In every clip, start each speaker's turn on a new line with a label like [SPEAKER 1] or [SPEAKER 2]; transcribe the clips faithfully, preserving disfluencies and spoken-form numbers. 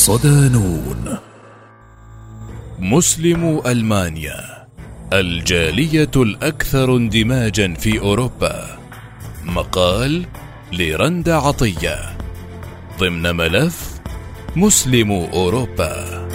[SPEAKER 1] صدانون. مسلم ألمانيا، الجالية الأكثر اندماجا في أوروبا. مقال لرندا عطية ضمن ملف مسلم أوروبا.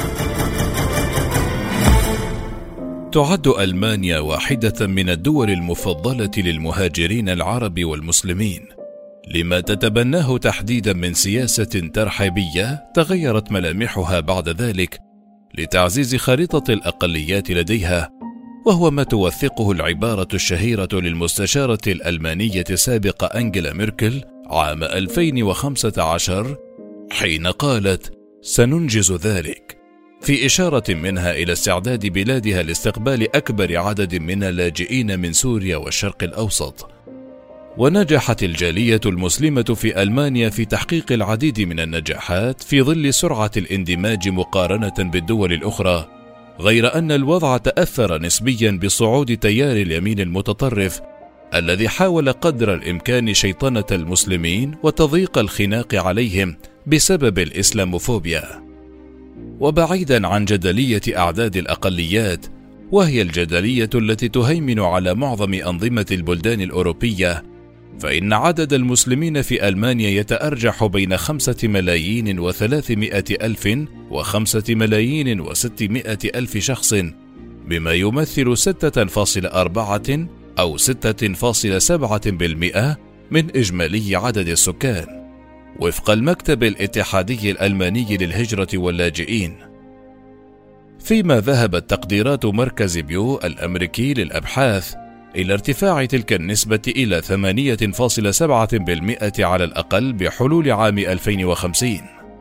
[SPEAKER 1] تعد ألمانيا واحدة من الدول المفضلة للمهاجرين العرب والمسلمين، لما تتبناه تحديدا من سياسة ترحيبية تغيرت ملامحها بعد ذلك لتعزيز خريطة الأقليات لديها، وهو ما توثقه العبارة الشهيرة للمستشارة الألمانية السابقة أنجيلا ميركل عام ألفين وخمسة عشر حين قالت: سننجز ذلك، في إشارة منها إلى استعداد بلادها لاستقبال أكبر عدد من اللاجئين من سوريا والشرق الأوسط. ونجحت الجالية المسلمة في ألمانيا في تحقيق العديد من النجاحات في ظل سرعة الاندماج مقارنة بالدول الأخرى، غير أن الوضع تأثر نسبيا بصعود تيار اليمين المتطرف الذي حاول قدر الإمكان شيطنة المسلمين وتضييق الخناق عليهم بسبب الإسلاموفوبيا. وبعيدا عن جدلية أعداد الأقليات، وهي الجدلية التي تهيمن على معظم أنظمة البلدان الأوروبية، فإن عدد المسلمين في ألمانيا يتأرجح بين خمسة ملايين وثلاثمائة ألف وخمسة ملايين وستمائة ألف شخص، بما يمثل ستة فاصلة أربعة أو ستة فاصلة سبعة بالمئة من إجمالي عدد السكان، وفق المكتب الاتحادي الألماني للهجرة واللاجئين. فيما ذهبت تقديرات مركز بيو الأمريكي للأبحاث إلى ارتفاع تلك النسبة إلى ثمانية فاصلة سبعة بالمئة على الأقل بحلول عام ألفين وخمسين.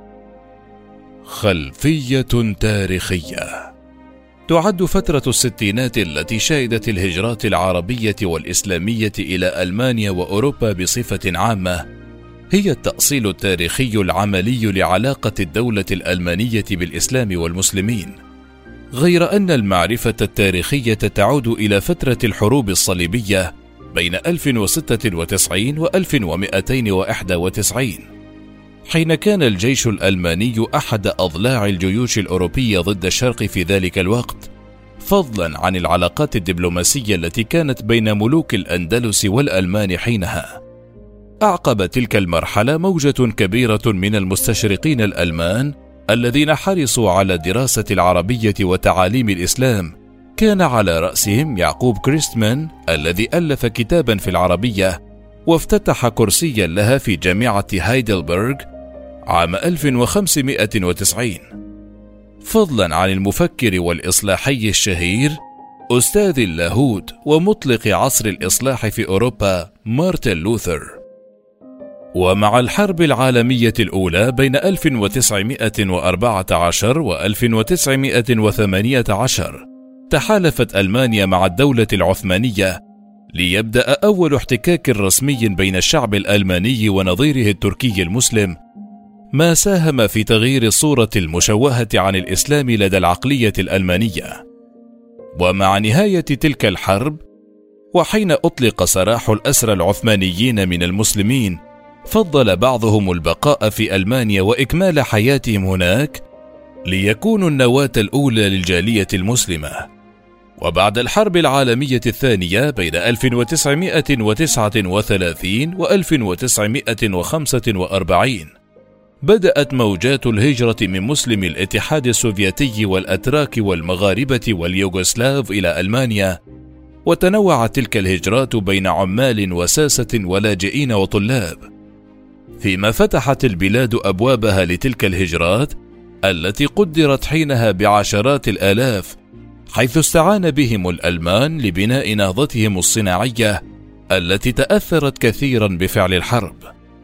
[SPEAKER 1] خلفية تاريخية. تعد فترة الستينات التي شهدت الهجرات العربية والإسلامية إلى ألمانيا وأوروبا بصفة عامة هي التأصيل التاريخي العملي لعلاقة الدولة الألمانية بالإسلام والمسلمين، غير أن المعرفة التاريخية تعود إلى فترة الحروب الصليبية بين ألف وستة وتسعين وألف ومئتين وواحد وتسعين، حين كان الجيش الألماني أحد أضلاع الجيوش الأوروبية ضد الشرق في ذلك الوقت، فضلا عن العلاقات الدبلوماسية التي كانت بين ملوك الأندلس والألمان حينها. أعقب تلك المرحلة موجة كبيرة من المستشرقين الألمان الذين حرصوا على دراسة العربية وتعاليم الإسلام، كان على رأسهم يعقوب كريستمان الذي ألف كتابا في العربية وافتتح كرسيا لها في جامعة هايدلبرغ عام ألف وخمسمائة وتسعين، فضلا عن المفكر والإصلاحي الشهير أستاذ اللاهوت ومطلق عصر الإصلاح في أوروبا مارتن لوثر. ومع الحرب العالمية الأولى بين ألف وتسعمائة وأربعة عشر وألف وتسعمائة وثمانية عشر تحالفت ألمانيا مع الدولة العثمانية ليبدأ أول احتكاك رسمي بين الشعب الألماني ونظيره التركي المسلم، ما ساهم في تغيير الصورة المشوهة عن الإسلام لدى العقلية الألمانية. ومع نهاية تلك الحرب، وحين أطلق سراح الأسرى العثمانيين من المسلمين، فضل بعضهم البقاء في ألمانيا وإكمال حياتهم هناك ليكونوا النواة الأولى للجالية المسلمة. وبعد الحرب العالمية الثانية بين ألف وتسعمائة وتسعة وثلاثين وألف وتسعمائة وخمسة وأربعين بدأت موجات الهجرة من مسلمي الاتحاد السوفيتي والأتراك والمغاربة واليوغوسلاف إلى ألمانيا، وتنوعت تلك الهجرات بين عمال وساسة ولاجئين وطلاب، فيما فتحت البلاد أبوابها لتلك الهجرات التي قدرت حينها بعشرات الآلاف، حيث استعان بهم الألمان لبناء نهضتهم الصناعية التي تأثرت كثيرا بفعل الحرب.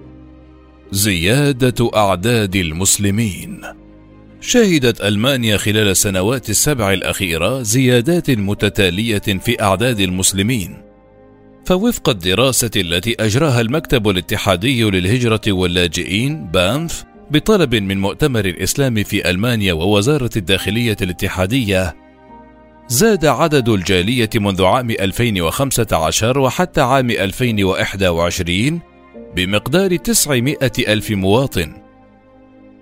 [SPEAKER 1] زيادة أعداد المسلمين. شهدت ألمانيا خلال السنوات السبع الأخيرة زيادات متتالية في أعداد المسلمين، فوفق الدراسة التي أجراها المكتب الاتحادي للهجرة واللاجئين بانف بطلب من مؤتمر الإسلام في ألمانيا ووزارة الداخلية الاتحادية، زاد عدد الجالية منذ عام ألفين وخمسة عشر وحتى عام ألفين وواحد وعشرين بمقدار تسعمائة ألف مواطن،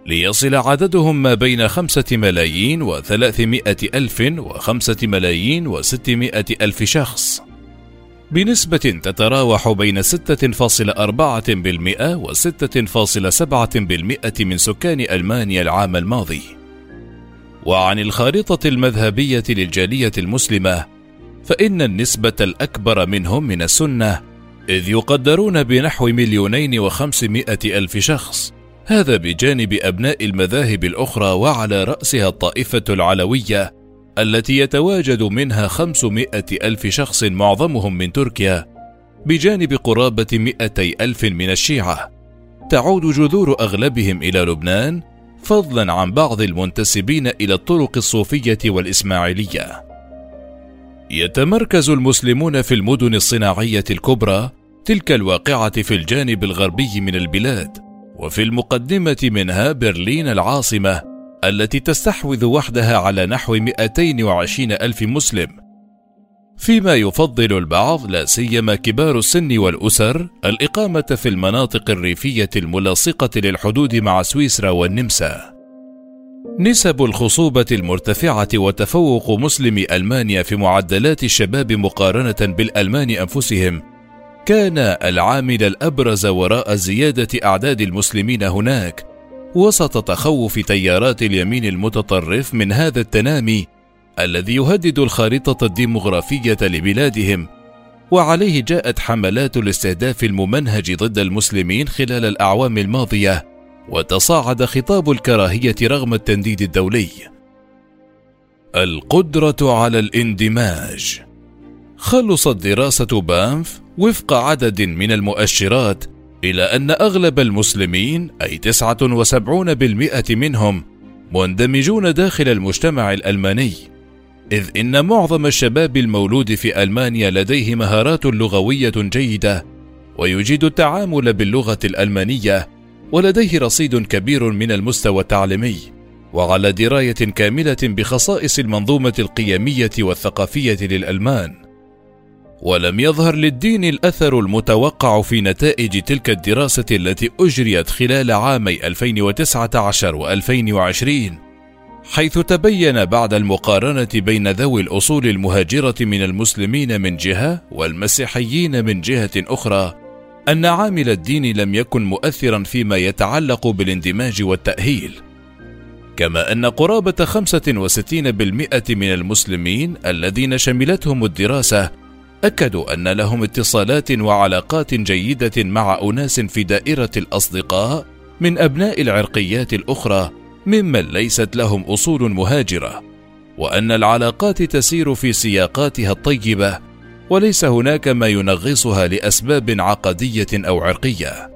[SPEAKER 1] ليصل عددهم ما بين خمسة ملايين وثلاثمائة ألف وخمسة ملايين وستمائة ألف شخص، بنسبة تتراوح بين ستة فاصلة أربعة بالمئة و ستة فاصلة سبعة بالمئة من سكان ألمانيا العام الماضي. وعن الخارطة المذهبية للجالية المسلمة، فإن النسبة الأكبر منهم من السنة، إذ يقدرون بنحو مليونين وخمسمائة ألف شخص، هذا بجانب أبناء المذاهب الأخرى، وعلى رأسها الطائفة العلوية التي يتواجد منها خمسمائة ألف شخص معظمهم من تركيا، بجانب قرابة مئتي ألف من الشيعة، تعود جذور أغلبهم إلى لبنان، فضلا عن بعض المنتسبين إلى الطرق الصوفية والإسماعيلية. يتمركز المسلمون في المدن الصناعية الكبرى، تلك الواقعة في الجانب الغربي من البلاد، وفي المقدمة منها برلين العاصمة التي تستحوذ وحدها على نحو مئتين وعشرين ألف مسلم، فيما يفضل البعض لا سيما كبار السن والأسر الإقامة في المناطق الريفية الملاصقة للحدود مع سويسرا والنمسا. نسب الخصوبة المرتفعة وتفوق مسلمي ألمانيا في معدلات الشباب مقارنة بالألمان أنفسهم كان العامل الأبرز وراء زيادة أعداد المسلمين هناك، وسط تخوف تيارات اليمين المتطرف من هذا التنامي الذي يهدد الخارطة الديمغرافية لبلادهم. وعليه جاءت حملات الاستهداف الممنهج ضد المسلمين خلال الأعوام الماضية، وتصاعد خطاب الكراهية رغم التنديد الدولي. القدرة على الاندماج. خلصت دراسة بانف وفق عدد من المؤشرات إلى أن أغلب المسلمين، أي تسعة وسبعين بالمئة منهم، مندمجون داخل المجتمع الألماني، إذ إن معظم الشباب المولود في ألمانيا لديه مهارات لغوية جيدة، ويجيد التعامل باللغة الألمانية، ولديه رصيد كبير من المستوى التعليمي، وعلى دراية كاملة بخصائص المنظومة القيمية والثقافية للألمان. ولم يظهر للدين الأثر المتوقع في نتائج تلك الدراسة التي أجريت خلال عامي ألفين وتسعة عشر وألفين وعشرين، حيث تبين بعد المقارنة بين ذوي الأصول المهاجرة من المسلمين من جهة والمسيحيين من جهة أخرى أن عامل الدين لم يكن مؤثرا فيما يتعلق بالاندماج والتأهيل، كما أن قرابة خمسة وستين بالمئة من المسلمين الذين شملتهم الدراسة أكدوا أن لهم اتصالات وعلاقات جيدة مع أناس في دائرة الأصدقاء من أبناء العرقيات الأخرى ممن ليست لهم أصول مهاجرة، وأن العلاقات تسير في سياقاتها الطيبة، وليس هناك ما ينغصها لأسباب عقدية أو عرقية.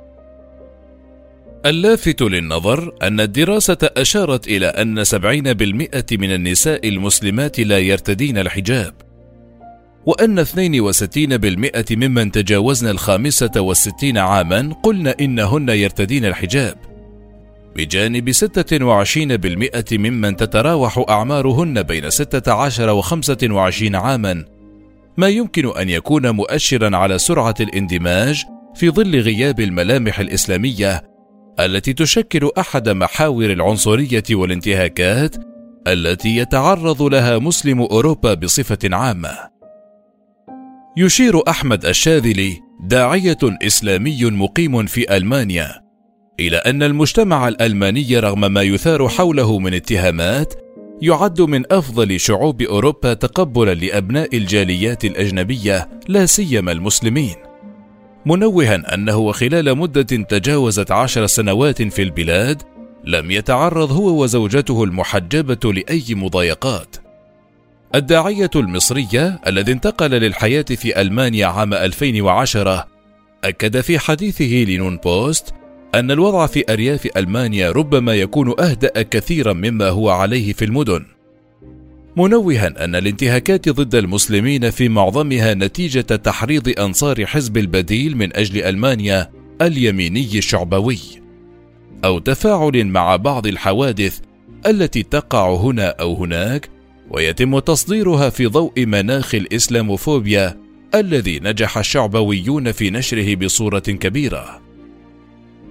[SPEAKER 1] اللافت للنظر أن الدراسة أشارت إلى أن سبعين بالمئة من النساء المسلمات لا يرتدين الحجاب، وأن اثنين وستين بالمئة ممن تجاوزن الخامسة والستين عاما قلن إنهن يرتدين الحجاب، بجانب ستة وعشرين بالمئة ممن تتراوح أعمارهن بين ستة عشر وخمسة وعشرين عاما، ما يمكن أن يكون مؤشرا على سرعة الاندماج في ظل غياب الملامح الإسلامية التي تشكل أحد محاور العنصرية والانتهاكات التي يتعرض لها مسلم أوروبا بصفة عامة. يشير أحمد الشاذلي، داعية إسلامي مقيم في ألمانيا، إلى أن المجتمع الألماني رغم ما يثار حوله من اتهامات يعد من أفضل شعوب أوروبا تقبلا لأبناء الجاليات الأجنبية لا سيما المسلمين، منوها أنه خلال مدة تجاوزت عشر سنوات في البلاد لم يتعرض هو وزوجته المحجبة لأي مضايقات. الداعية المصرية الذي انتقل للحياة في ألمانيا عام ألفين وعشرة أكد في حديثه لنون بوست أن الوضع في أرياف ألمانيا ربما يكون أهدأ كثيرا مما هو عليه في المدن، منوها أن الانتهاكات ضد المسلمين في معظمها نتيجة تحريض أنصار حزب البديل من أجل ألمانيا اليميني الشعبوي، أو تفاعل مع بعض الحوادث التي تقع هنا أو هناك ويتم تصديرها في ضوء مناخ الإسلاموفوبيا الذي نجح الشعبويون في نشره بصورة كبيرة.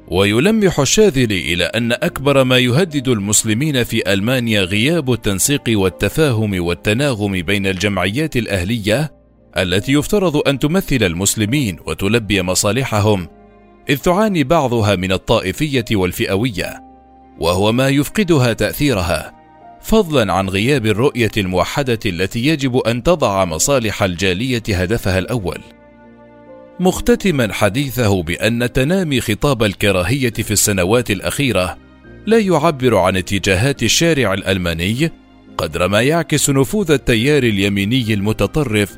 [SPEAKER 1] ويلمح الشاذلي إلى أن أكبر ما يهدد المسلمين في ألمانيا غياب التنسيق والتفاهم والتناغم بين الجمعيات الأهلية التي يفترض أن تمثل المسلمين وتلبي مصالحهم، إذ تعاني بعضها من الطائفية والفئوية، وهو ما يفقدها تأثيرها، فضلا عن غياب الرؤية الموحدة التي يجب أن تضع مصالح الجالية هدفها الأول. مختتما حديثه بأن تنامي خطاب الكراهية في السنوات الأخيرة لا يعبر عن اتجاهات الشارع الألماني قدر ما يعكس نفوذ التيار اليميني المتطرف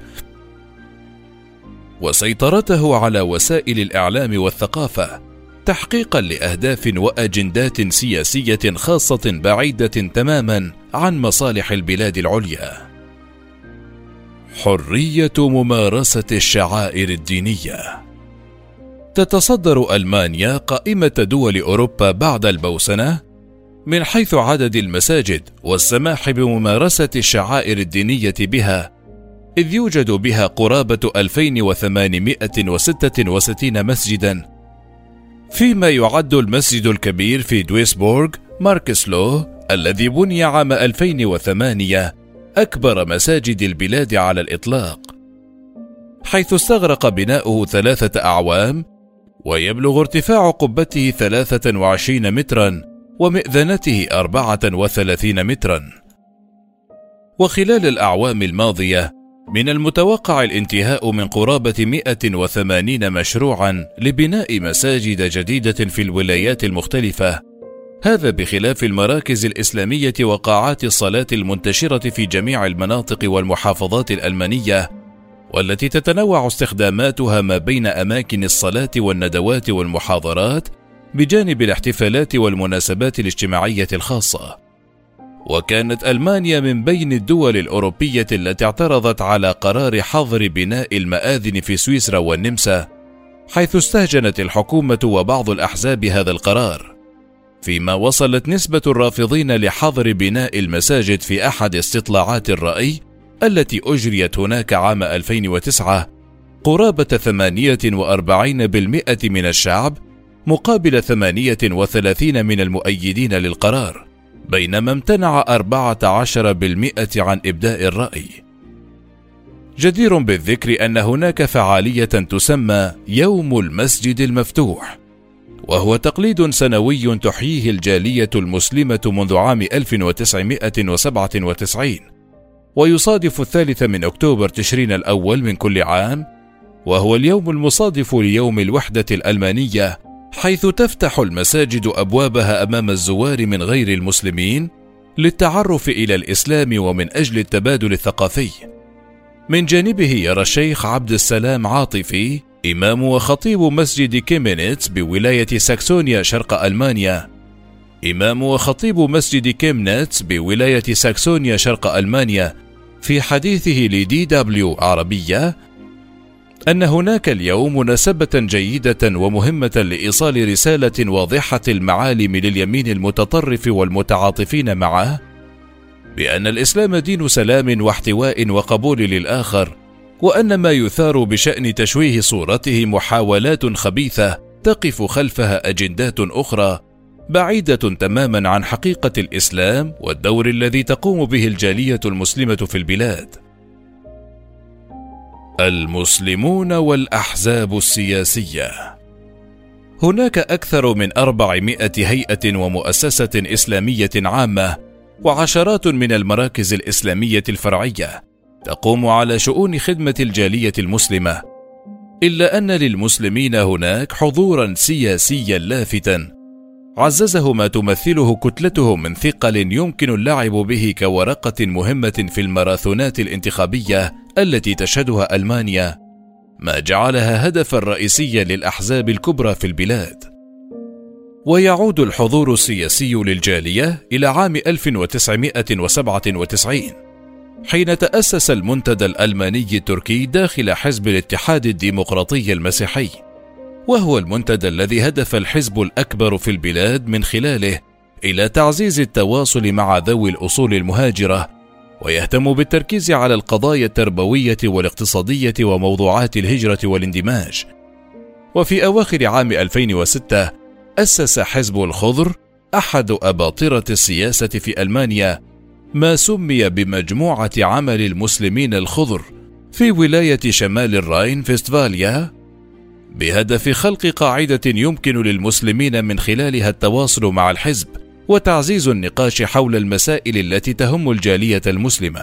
[SPEAKER 1] وسيطرته على وسائل الإعلام والثقافة، تحقيقا لأهداف وأجندات سياسية خاصة بعيدة تماما عن مصالح البلاد العليا. حرية ممارسة الشعائر الدينية. تتصدر ألمانيا قائمة دول أوروبا بعد البوسنة من حيث عدد المساجد والسماح بممارسة الشعائر الدينية بها، إذ يوجد بها قرابة ألفين وثمانمائة وستة وستين مسجدا، فيما يعد المسجد الكبير في دويسبورغ ماركسلو الذي بني عام ألفين وثمانية أكبر مساجد البلاد على الإطلاق، حيث استغرق بناؤه ثلاثة أعوام، ويبلغ ارتفاع قبته ثلاثة وعشرين مترا ومئذنته أربعة وثلاثين مترا. وخلال الأعوام الماضية من المتوقع الانتهاء من قرابة مئة وثمانين مشروعا لبناء مساجد جديدة في الولايات المختلفة، هذا بخلاف المراكز الإسلامية وقاعات الصلاة المنتشرة في جميع المناطق والمحافظات الألمانية، والتي تتنوع استخداماتها ما بين أماكن الصلاة والندوات والمحاضرات بجانب الاحتفالات والمناسبات الاجتماعية الخاصة. وكانت ألمانيا من بين الدول الأوروبية التي اعترضت على قرار حظر بناء المآذن في سويسرا والنمسا، حيث استهجنت الحكومة وبعض الأحزاب هذا القرار، فيما وصلت نسبة الرافضين لحظر بناء المساجد في أحد استطلاعات الرأي التي أجريت هناك عام ألفين وتسعة قرابة ثمانية وأربعين بالمئة من الشعب مقابل ثمانية وثلاثين من المؤيدين للقرار، بينما امتنع أربعة عشر بالمئة عن إبداء الرأي. جدير بالذكر أن هناك فعالية تسمى يوم المسجد المفتوح، وهو تقليد سنوي تحييه الجالية المسلمة منذ عام ألف وتسعمائة وسبعة وتسعين، ويصادف الثالث من أكتوبر تشرين الأول من كل عام، وهو اليوم المصادف ليوم الوحدة الألمانية، حيث تفتح المساجد أبوابها أمام الزوار من غير المسلمين للتعرف إلى الإسلام ومن أجل التبادل الثقافي. من جانبه يرى الشيخ عبد السلام عاطفي إمام وخطيب مسجد كيمنيتس بولاية ساكسونيا شرق ألمانيا إمام وخطيب مسجد كيمنيتس بولاية ساكسونيا شرق ألمانيا في حديثه لدي دبليو عربية أن هناك اليوم مناسبة جيدة ومهمة لإيصال رسالة واضحة المعالم لليمين المتطرف والمتعاطفين معه بأن الإسلام دين سلام واحتواء وقبول للآخر، وأن ما يثار بشأن تشويه صورته محاولات خبيثة تقف خلفها أجندات أخرى بعيدة تماما عن حقيقة الإسلام والدور الذي تقوم به الجالية المسلمة في البلاد. المسلمون والأحزاب السياسية. هناك أكثر من أربعمائة هيئة ومؤسسة إسلامية عامة وعشرات من المراكز الإسلامية الفرعية تقوم على شؤون خدمة الجالية المسلمة، إلا أن للمسلمين هناك حضورا سياسيا لافتا عززه ما تمثله كتلتهم من ثقل يمكن اللعب به كورقة مهمة في الماراثونات الانتخابية التي تشهدها ألمانيا، ما جعلها هدفا رئيسيا للأحزاب الكبرى في البلاد. ويعود الحضور السياسي للجالية إلى عام ألف وتسعمائة وسبعة وتسعين، حين تأسس المنتدى الألماني التركي داخل حزب الاتحاد الديمقراطي المسيحي، وهو المنتدى الذي هدف الحزب الأكبر في البلاد من خلاله إلى تعزيز التواصل مع ذوي الأصول المهاجرة، ويهتم بالتركيز على القضايا التربوية والاقتصادية وموضوعات الهجرة والاندماج. وفي أواخر عام ألفين وستة أسس حزب الخضر، أحد أباطرة السياسة في ألمانيا، ما سمي بمجموعة عمل المسلمين الخضر في ولاية شمال الراين فيستفاليا، بهدف خلق قاعدة يمكن للمسلمين من خلالها التواصل مع الحزب وتعزيز النقاش حول المسائل التي تهم الجالية المسلمة.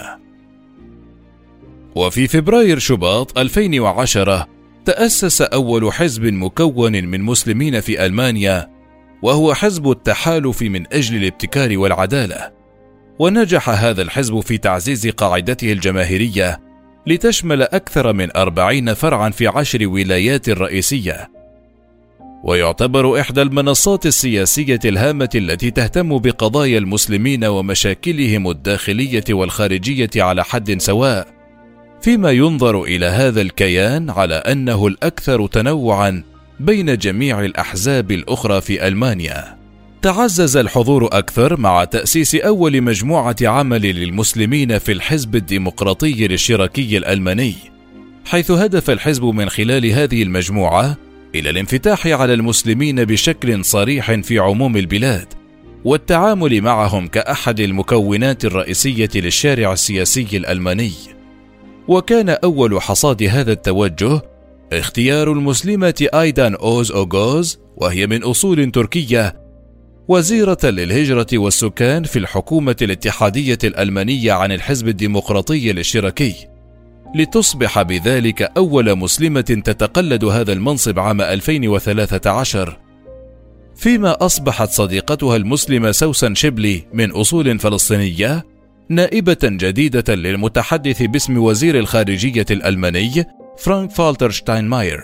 [SPEAKER 1] وفي فبراير شباط ألفين وعشرة تأسس أول حزب مكون من مسلمين في ألمانيا، وهو حزب التحالف من أجل الابتكار والعدالة. ونجح هذا الحزب في تعزيز قاعدته الجماهيرية لتشمل أكثر من أربعين فرعا في عشر ولايات رئيسية، ويعتبر إحدى المنصات السياسية الهامة التي تهتم بقضايا المسلمين ومشاكلهم الداخلية والخارجية على حد سواء، فيما ينظر إلى هذا الكيان على أنه الأكثر تنوعا بين جميع الأحزاب الأخرى في ألمانيا. تعزز الحضور أكثر مع تأسيس أول مجموعة عمل للمسلمين في الحزب الديمقراطي الاشتراكي الألماني، حيث هدف الحزب من خلال هذه المجموعة إلى الانفتاح على المسلمين بشكل صريح في عموم البلاد، والتعامل معهم كأحد المكونات الرئيسية للشارع السياسي الألماني. وكان أول حصاد هذا التوجه اختيار المسلمة أيدان أوز أوغوز، وهي من أصول تركية، وزيرة للهجرة والسكان في الحكومة الاتحادية الألمانية عن الحزب الديمقراطي الاشتراكي، لتصبح بذلك أول مسلمة تتقلد هذا المنصب عام ألفين وثلاثة عشر، فيما أصبحت صديقتها المسلمة سوسن شيبلي من أصول فلسطينية نائبة جديدة للمتحدث باسم وزير الخارجية الألماني فرانك فالتر شتاينماير.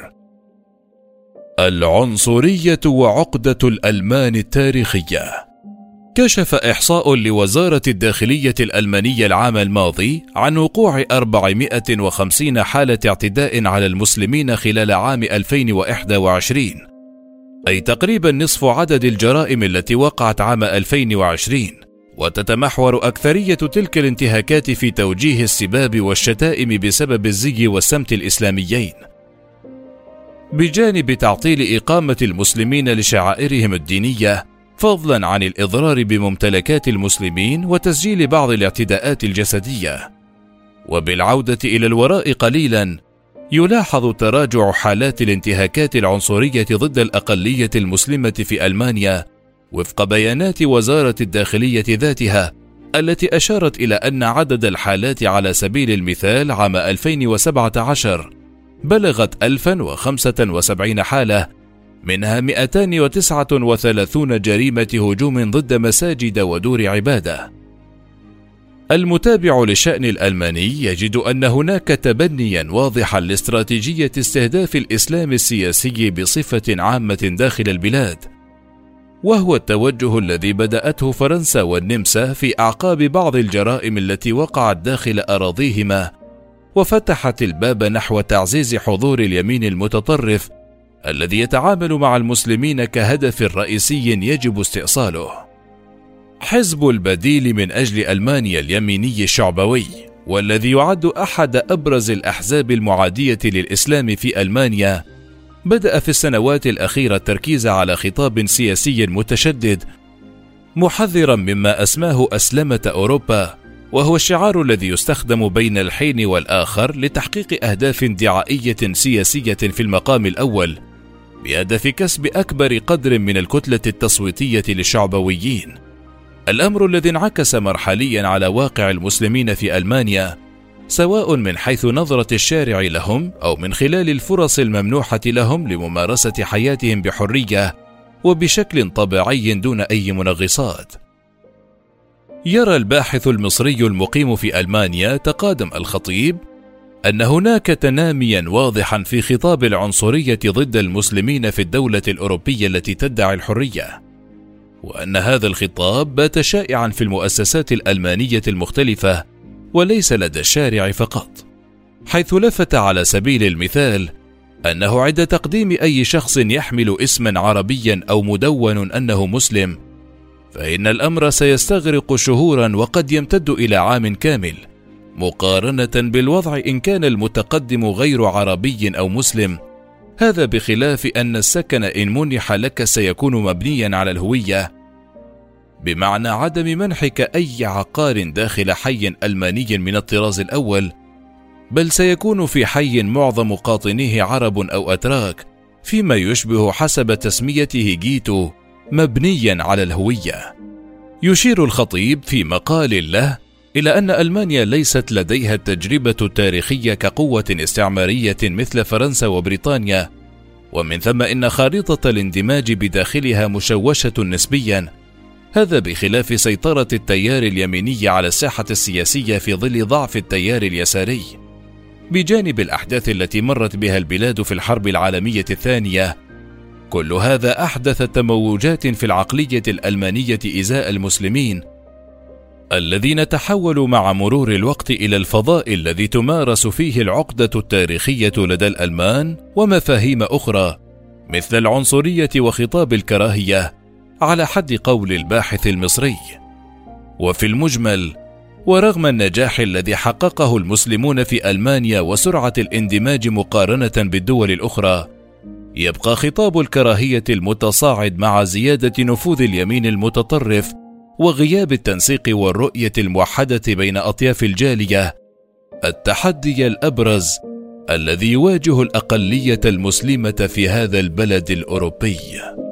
[SPEAKER 1] العنصرية وعقدة الألمان التاريخية. كشف إحصاء لوزارة الداخلية الألمانية العام الماضي عن وقوع أربعمائة وخمسين حالة اعتداء على المسلمين خلال عام ألفين وإحدى وعشرين، أي تقريبا نصف عدد الجرائم التي وقعت عام ألفين وعشرين. وتتمحور أكثرية تلك الانتهاكات في توجيه السباب والشتائم بسبب الزي والسمت الإسلاميين، بجانب تعطيل إقامة المسلمين لشعائرهم الدينية، فضلا عن الإضرار بممتلكات المسلمين وتسجيل بعض الاعتداءات الجسدية. وبالعودة إلى الوراء قليلا، يلاحظ تراجع حالات الانتهاكات العنصرية ضد الأقلية المسلمة في ألمانيا وفق بيانات وزارة الداخلية ذاتها، التي أشارت إلى أن عدد الحالات على سبيل المثال عام ألفين وسبعة عشر بلغت ألفا وخمسة وسبعين حالة، منها مئتين وتسعة وثلاثين جريمة هجوم ضد مساجد ودور عبادة. المتابع للشأن الألماني يجد أن هناك تبنيا واضحا لاستراتيجية استهداف الإسلام السياسي بصفة عامة داخل البلاد، وهو التوجه الذي بدأته فرنسا والنمسا في أعقاب بعض الجرائم التي وقعت داخل أراضيهما، وفتحت الباب نحو تعزيز حضور اليمين المتطرف الذي يتعامل مع المسلمين كهدف رئيسي يجب استئصاله. حزب البديل من أجل ألمانيا اليميني الشعبوي، والذي يعد أحد أبرز الأحزاب المعادية للإسلام في ألمانيا، بدأ في السنوات الأخيرة التركيز على خطاب سياسي متشدد محذرا مما أسماه أسلمة أوروبا، وهو الشعار الذي يستخدم بين الحين والآخر لتحقيق أهداف دعائية سياسية في المقام الأول، بهدف كسب أكبر قدر من الكتلة التصويتية للشعبويين، الأمر الذي انعكس مرحليا على واقع المسلمين في ألمانيا، سواء من حيث نظرة الشارع لهم أو من خلال الفرص الممنوحة لهم لممارسة حياتهم بحرية وبشكل طبيعي دون أي منغصات. يرى الباحث المصري المقيم في ألمانيا تقادم الخطيب أن هناك تناميا واضحا في خطاب العنصرية ضد المسلمين في الدولة الأوروبية التي تدعي الحرية، وأن هذا الخطاب بات شائعا في المؤسسات الألمانية المختلفة وليس لدى الشارع فقط، حيث لفت على سبيل المثال أنه عند تقديم أي شخص يحمل اسما عربيا أو مدون أنه مسلم، فإن الأمر سيستغرق شهورا وقد يمتد إلى عام كامل، مقارنة بالوضع إن كان المتقدم غير عربي أو مسلم، هذا بخلاف أن السكن إن منح لك سيكون مبنيا على الهوية، بمعنى عدم منحك أي عقار داخل حي ألماني من الطراز الأول، بل سيكون في حي معظم قاطنيه عرب أو أتراك، فيما يشبه حسب تسميته جيتو مبنيا على الهوية. يشير الخطيب في مقال له إلى أن ألمانيا ليست لديها التجربة التاريخية كقوة استعمارية مثل فرنسا وبريطانيا، ومن ثم إن خارطة الاندماج بداخلها مشوشة نسبيا، هذا بخلاف سيطرة التيار اليميني على الساحة السياسية في ظل ضعف التيار اليساري. بجانب الأحداث التي مرت بها البلاد في الحرب العالمية الثانية، كل هذا أحدث تموجات في العقلية الألمانية إزاء المسلمين، الذين تحولوا مع مرور الوقت إلى الفضاء الذي تمارس فيه العقدة التاريخية لدى الألمان ومفاهيم أخرى مثل العنصرية وخطاب الكراهية، على حد قول الباحث المصري. وفي المجمل، ورغم النجاح الذي حققه المسلمون في ألمانيا وسرعة الاندماج مقارنة بالدول الأخرى، يبقى خطاب الكراهية المتصاعد مع زيادة نفوذ اليمين المتطرف وغياب التنسيق والرؤية الموحدة بين أطياف الجالية التحدي الأبرز الذي يواجه الأقلية المسلمة في هذا البلد الأوروبي.